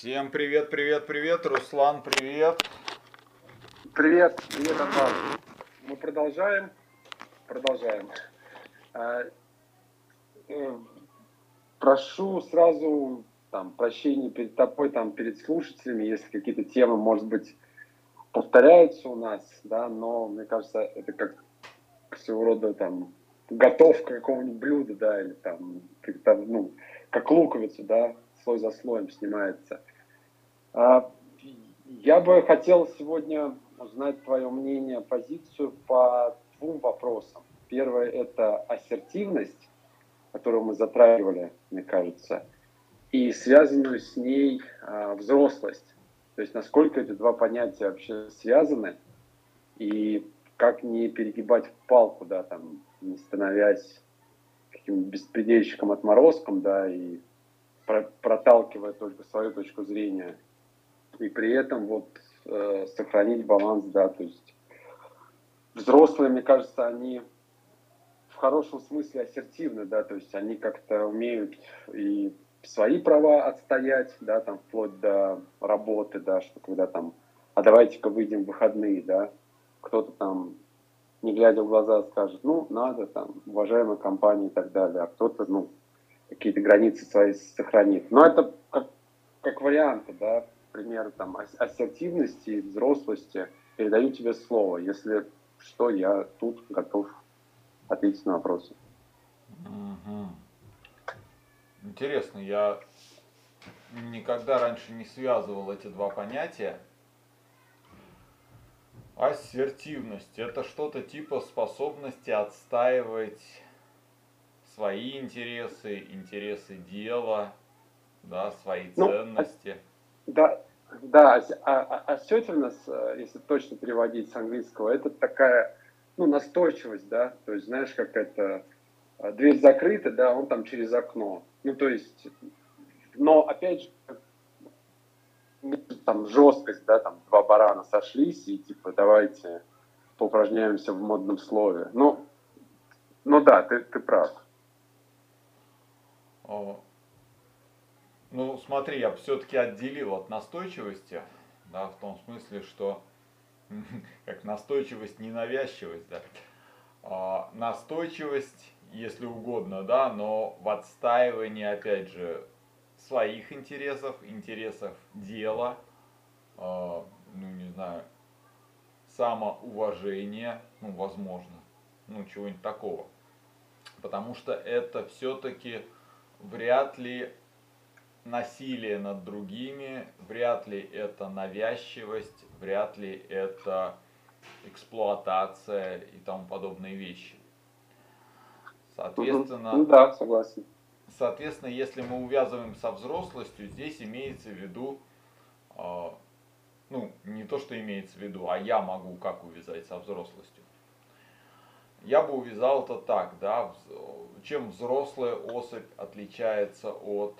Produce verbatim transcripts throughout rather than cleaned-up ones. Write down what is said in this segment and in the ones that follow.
Всем привет, привет, привет, Руслан, привет. Привет, привет, Анвар. Мы продолжаем, продолжаем. А, э, Прошу сразу там прощения перед тобой, там перед слушателями, если какие-то темы, может быть, повторяются у нас, да, но мне кажется, это как своего рода там готовка какого-нибудь блюда, да, или там, как, там, ну, как луковица, да, слой за слоем снимается. А, Я бы хотел сегодня узнать твое мнение, позицию по двум вопросам. Первое – это ассертивность, которую мы затрагивали, мне кажется, и связанную с ней а, взрослость. То есть насколько эти два понятия вообще связаны, и как не перегибать палку, да, там, не становясь каким-то беспредельщиком-отморозком, да, и проталкивая только свою точку зрения, и при этом вот э, сохранить баланс, да, то есть взрослые, мне кажется, они в хорошем смысле ассертивны, да, то есть они как-то умеют и свои права отстоять, да, там вплоть до работы, да, что когда там, а давайте-ка выйдем в выходные, да, кто-то там, не глядя в глаза, скажет, ну, надо, там, уважаемая компания и так далее, а кто-то, ну, какие-то границы свои сохранит. Но это как, как варианты, да, примеры там ассертивности, взрослости. Передаю тебе слово. Если что, я тут готов ответить на вопросы. Угу. Интересно, я никогда раньше не связывал эти два понятия. Ассертивность – это что-то типа способности отстаивать свои интересы, интересы дела, да, свои Ну, ценности. да, да, assertiveness, если точно переводить с английского, это такая, ну, настойчивость, да, то есть, знаешь, как это, дверь закрыта, да, он там через окно. Ну, то есть, но, опять же, там жесткость, да, там два барана сошлись и типа давайте поупражняемся в модном слове. Ну, ну да, ты, ты прав. О, ну, смотри, я все-таки отделил от настойчивости, да, в том смысле, что как настойчивость, ненавязчивость, да. А, настойчивость, если угодно, да, но в отстаивании, опять же, своих интересов, интересов дела, а, ну, не знаю, самоуважения, ну, возможно, ну, чего-нибудь такого. Потому что это все-таки вряд ли насилие над другими, вряд ли это навязчивость, вряд ли это эксплуатация и тому подобные вещи. Угу. Соответственно, Ну да, согласен. соответственно, если мы увязываем со взрослостью, здесь имеется в виду, э, ну, не то, что имеется в виду, а я могу как увязать со взрослостью. Я бы увязал это так, да, чем взрослая особь отличается от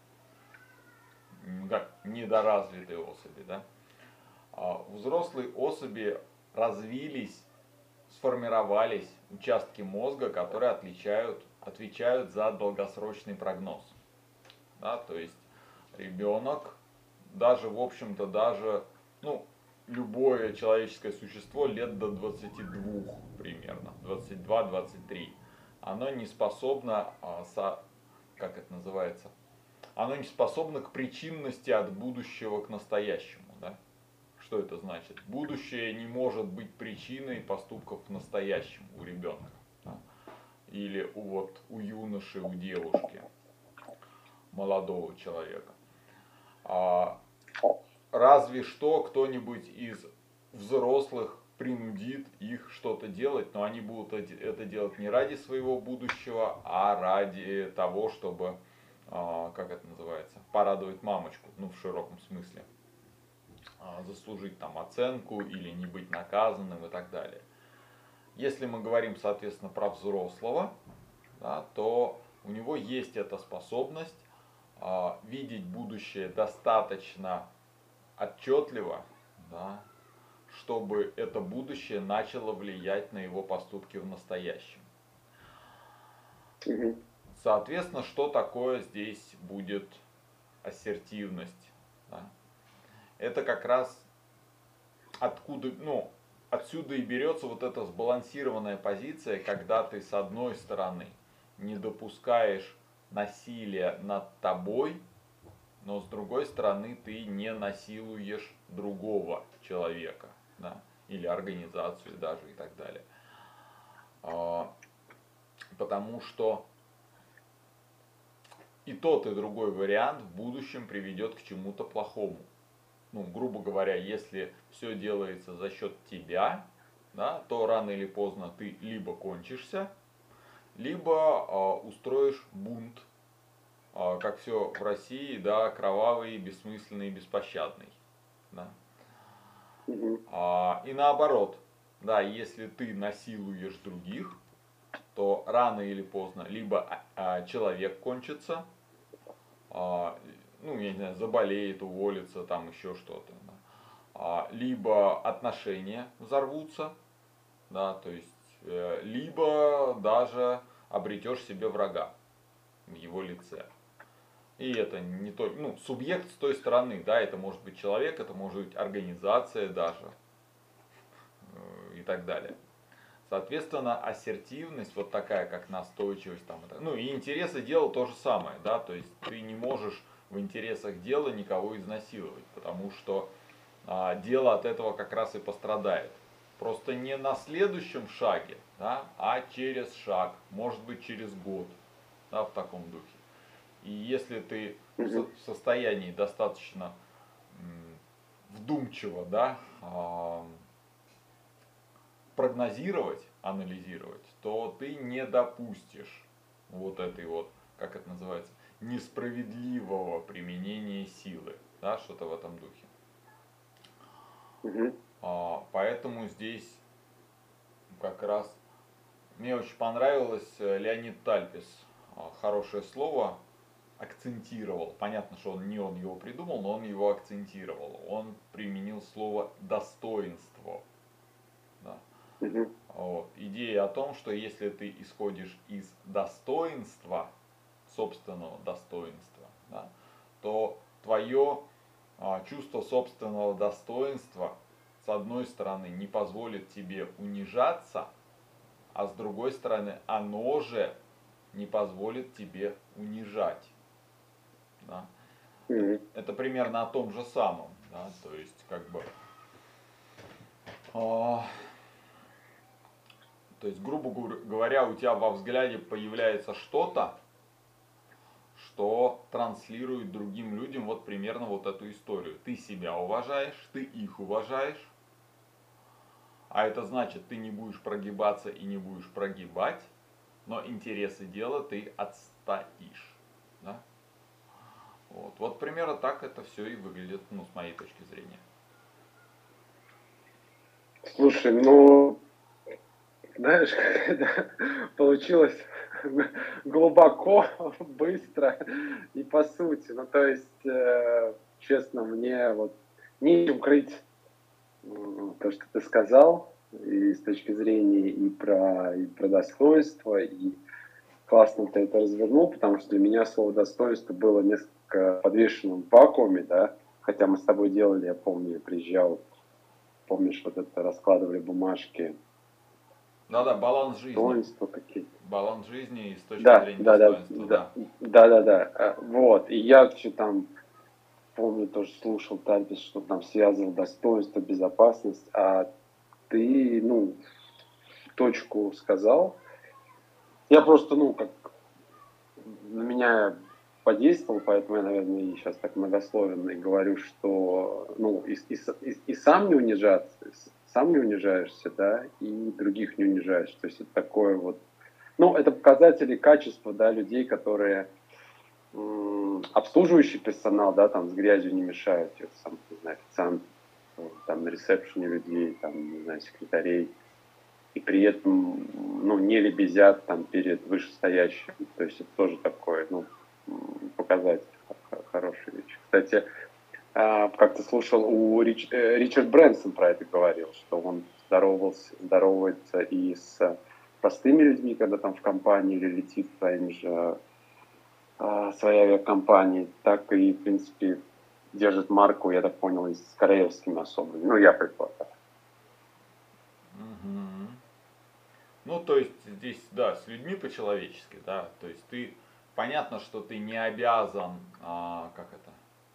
как, недоразвитой особи, да. А у взрослой особи развились, сформировались участки мозга, которые отличают, отвечают за долгосрочный прогноз. Да, то есть ребенок, даже в общем-то, даже, ну, любое человеческое существо лет до двадцати двух примерно, двадцать два двадцать три, оно не способно, а, со, как это называется, оно не способно к причинности от будущего к настоящему. Да? Что это значит? Будущее не может быть причиной поступков в настоящем у ребенка. Да? Или у, вот, у юноши, у девушки, молодого человека. А, разве что кто-нибудь из взрослых принудит их что-то делать, но они будут это делать не ради своего будущего, а ради того, чтобы, как это называется, порадовать мамочку, ну в широком смысле, заслужить там оценку или не быть наказанным и так далее. Если мы говорим, соответственно, про взрослого, да, то у него есть эта способность а, видеть будущее достаточно отчетливо, да, чтобы это будущее начало влиять на его поступки в настоящем. Соответственно, что такое здесь будет ассертивность? Да. Это как раз откуда, ну, отсюда и берется вот эта сбалансированная позиция, когда ты с одной стороны не допускаешь насилия над тобой, но с другой стороны ты не насилуешь другого человека, да, или организацию даже и так далее. А, потому что и тот, и другой вариант в будущем приведет к чему-то плохому. Ну, грубо говоря, если все делается за счет тебя, да, то рано или поздно ты либо кончишься, либо э, устроишь бунт, э, как все в России, да, кровавый, бессмысленный, беспощадный. Да. Мгм. А, и наоборот, да, если ты насилуешь других, то рано или поздно либо а, человек кончится, а, ну, я не знаю, заболеет, уволится, там еще что-то, да. А, либо отношения взорвутся, да, то есть, э, либо даже обретешь себе врага в его лице. И это не только, ну, субъект с той стороны, да, это может быть человек, это может быть организация даже, э, и так далее. Соответственно, ассертивность, вот такая, как настойчивость, там, это, ну и интересы дела то же самое, да, то есть ты не можешь в интересах дела никого изнасиловать, потому что а, дело от этого как раз и пострадает. Просто не на следующем шаге, да, а через шаг, может быть через год, да, в таком духе. И если ты в, со- Мгм. в состоянии достаточно м, вдумчиво, да, а, прогнозировать, анализировать, то ты не допустишь вот этой вот, как это называется, несправедливого применения силы, да, что-то в этом духе. Мгм. А, поэтому здесь как раз мне очень понравилось, э, Леонид Тальпис, а, хорошее слово акцентировал. Понятно, что он не он его придумал, но он его акцентировал. Он применил слово достоинство. Да. Мгм. Вот. Идея о том, что если ты исходишь из достоинства, собственного достоинства, да, то твое а, чувство собственного достоинства, с одной стороны, не позволит тебе унижаться, а с другой стороны, оно же не позволит тебе унижать. Да. Мгм. Это примерно о том же самом. Да, то есть, как бы, а, то есть, грубо говоря, у тебя во взгляде появляется что-то, что транслирует другим людям вот примерно вот эту историю. Ты себя уважаешь, ты их уважаешь, а это значит, ты не будешь прогибаться и не будешь прогибать, но интересы дела ты отстоишь. Да? Вот. Вот примерно так это все и выглядит, ну, с моей точки зрения. Слушай, ну, знаешь, это получилось глубоко, быстро и по сути. Ну, то есть, э, честно, мне вот нечем крыть м, то, что ты сказал, и с точки зрения и про, и про достоинство, и классно ты это развернул, потому что для меня слово достоинство было несколько подвешенным в вакууме, да, хотя мы с тобой делали, я помню, я приезжал, помнишь, вот это раскладывали бумажки, Да-да, баланс жизни. достоинства какие-то. Баланс жизни и с точки Да, зрения да, да, достоинства, да, да. да, да, да. э, Вот. И я все там, помню, тоже слушал Тальпис, что там связывал достоинство, безопасность, а ты, ну, в точку сказал. Я просто, ну, как на меня подействовал, поэтому я, наверное, и сейчас так многословенно и говорю, что, ну, и, и, и, и сам не унижаться, сам не унижаешься, да, и других не унижаешь. То есть это такое вот, ну, это показатели качества, да, людей, которые м, обслуживающий персонал, да, там с грязью не мешают, те сам, не знаю, официант, там на ресепшене людей, там, не знаю, секретарей, и при этом, ну, не лебезят там перед вышестоящим. То есть это тоже такой, ну, м, показатель, х- хорошая вещь. Кстати, а, как-то слушал, у Рич, э, Ричард Брэнсон про это говорил, что он здоровался, здоровается и с простыми людьми, когда там в компании или летит своими же а, своей авиакомпании, так и, в принципе, держит марку, я так понял, и с кореевскими особами. Ну, я предполагаю. Мгм. Ну, то есть здесь, да, с людьми по-человечески, да, то есть ты, понятно, что ты не обязан, а, как это,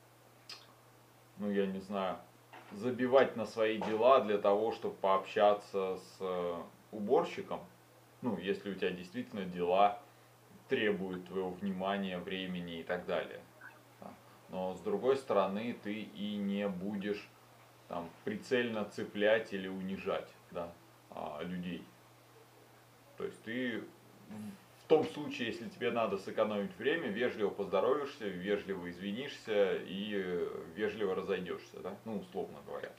ну, я не знаю, забивать на свои дела для того, чтобы пообщаться с э, уборщиком, ну, если у тебя действительно дела требуют твоего внимания, времени и так далее. Да. Но с другой стороны, ты и не будешь там прицельно цеплять или унижать, да, а, людей. То есть ты в том случае, если тебе надо сэкономить время, вежливо поздоровишься, вежливо извинишься и э, вежливо разойдешься, да? Ну, условно говоря.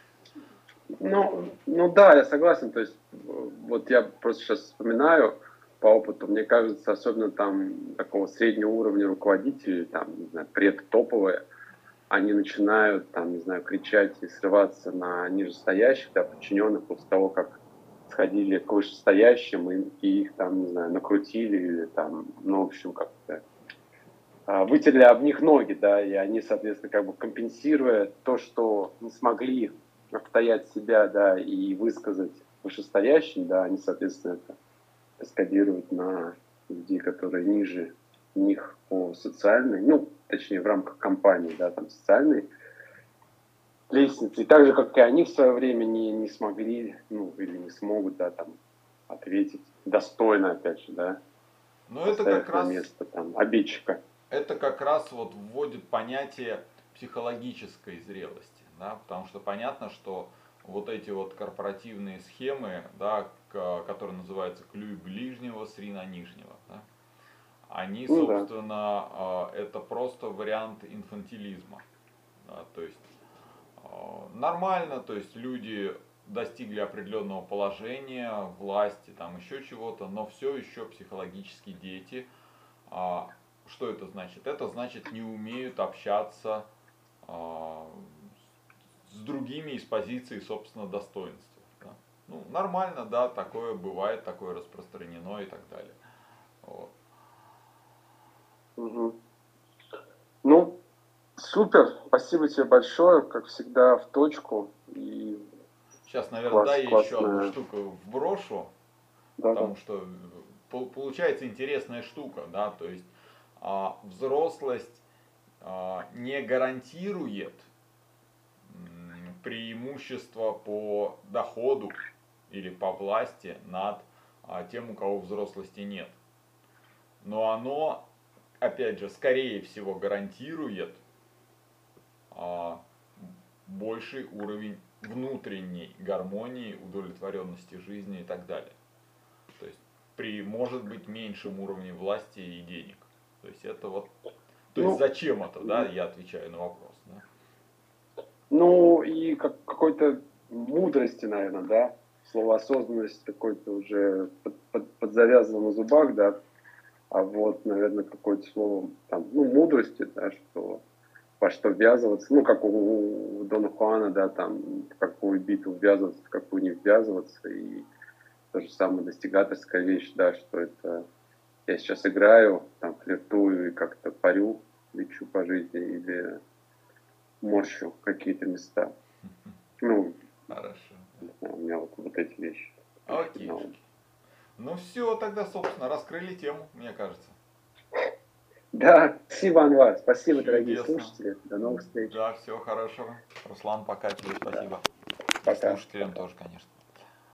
Ну, ну да, я согласен. То есть, э, вот я просто сейчас вспоминаю по опыту, мне кажется, особенно там такого среднего уровня руководителей, там, не знаю, предтоповые, они начинают, там, не знаю, кричать и срываться на нижестоящих, да, подчиненных после того, как сходили к вышестоящим и, и их там, не знаю, накрутили или там, ну, в общем, как-то а, вытерли об них ноги, да, и они, соответственно, как бы компенсируя то, что не смогли отстоять себя, да, и высказать вышестоящим, да, они, соответственно, это эскадируют на людей, которые ниже них по социальной, ну, точнее, в рамках компании, да, там, социальной лестницы. И так же, как и они в свое время не, не смогли, ну, или не смогут, да, там, ответить достойно, опять же, да, Но это как поставив на раз, место, там, обидчика. это как раз вот вводит понятие психологической зрелости, да, потому что понятно, что вот эти вот корпоративные схемы, да, к- которые называются клюй ближнего, срина нижнего, да, они, Ну да. собственно, а, это просто вариант инфантилизма. Да, то есть а, нормально, то есть люди достигли определенного положения, власти, там еще чего-то, но все еще психологически дети. А, что это значит? Это значит не умеют общаться а, с другими из позиции, собственно, достоинства. Да. Ну, нормально, да, такое бывает, такое распространено и так далее. Вот. Мгм. Ну, супер, спасибо тебе большое, как всегда, в точку. И Сейчас, наверное, да, класс, я еще одну классная. штуку вброшу, Да-да. потому что э, получается интересная штука, да, то есть а, взрослость а, не гарантирует м, преимущество по доходу или по власти над а, тем, у кого взрослости нет. Но оно, опять же, скорее всего гарантирует а, больший уровень внутренней гармонии, удовлетворенности жизни и так далее. То есть при, может быть, меньшем уровне власти и денег. То есть это вот, то есть Ну, зачем это, да, я отвечаю на вопрос. Да? ну и как, какой-то мудрости, наверное, да. Слово осознанность какой-то уже под, под, подзавязано на зубах, да. А вот, наверное, какое-то слово там, ну, мудрости, да, что во что ввязываться, ну, как у, у Дона Хуана, да, там, в какую битву ввязываться, в какую не ввязываться, и то же самое достигаторская вещь, да, что это я сейчас играю, там, флиртую и как-то парю, лечу по жизни или морщу какие-то места. Ну, Хорошо. не знаю, у меня вот, вот эти вещи пришли на ум. Окейшки. Ну все, тогда, собственно, раскрыли тему, мне кажется. Да, спасибо, Анвар, спасибо, дорогие Чудесно. слушатели, до новых встреч. Да, всего хорошего. Руслан, пока, тебе Да, спасибо. И пока, слушателям пока. тоже, конечно.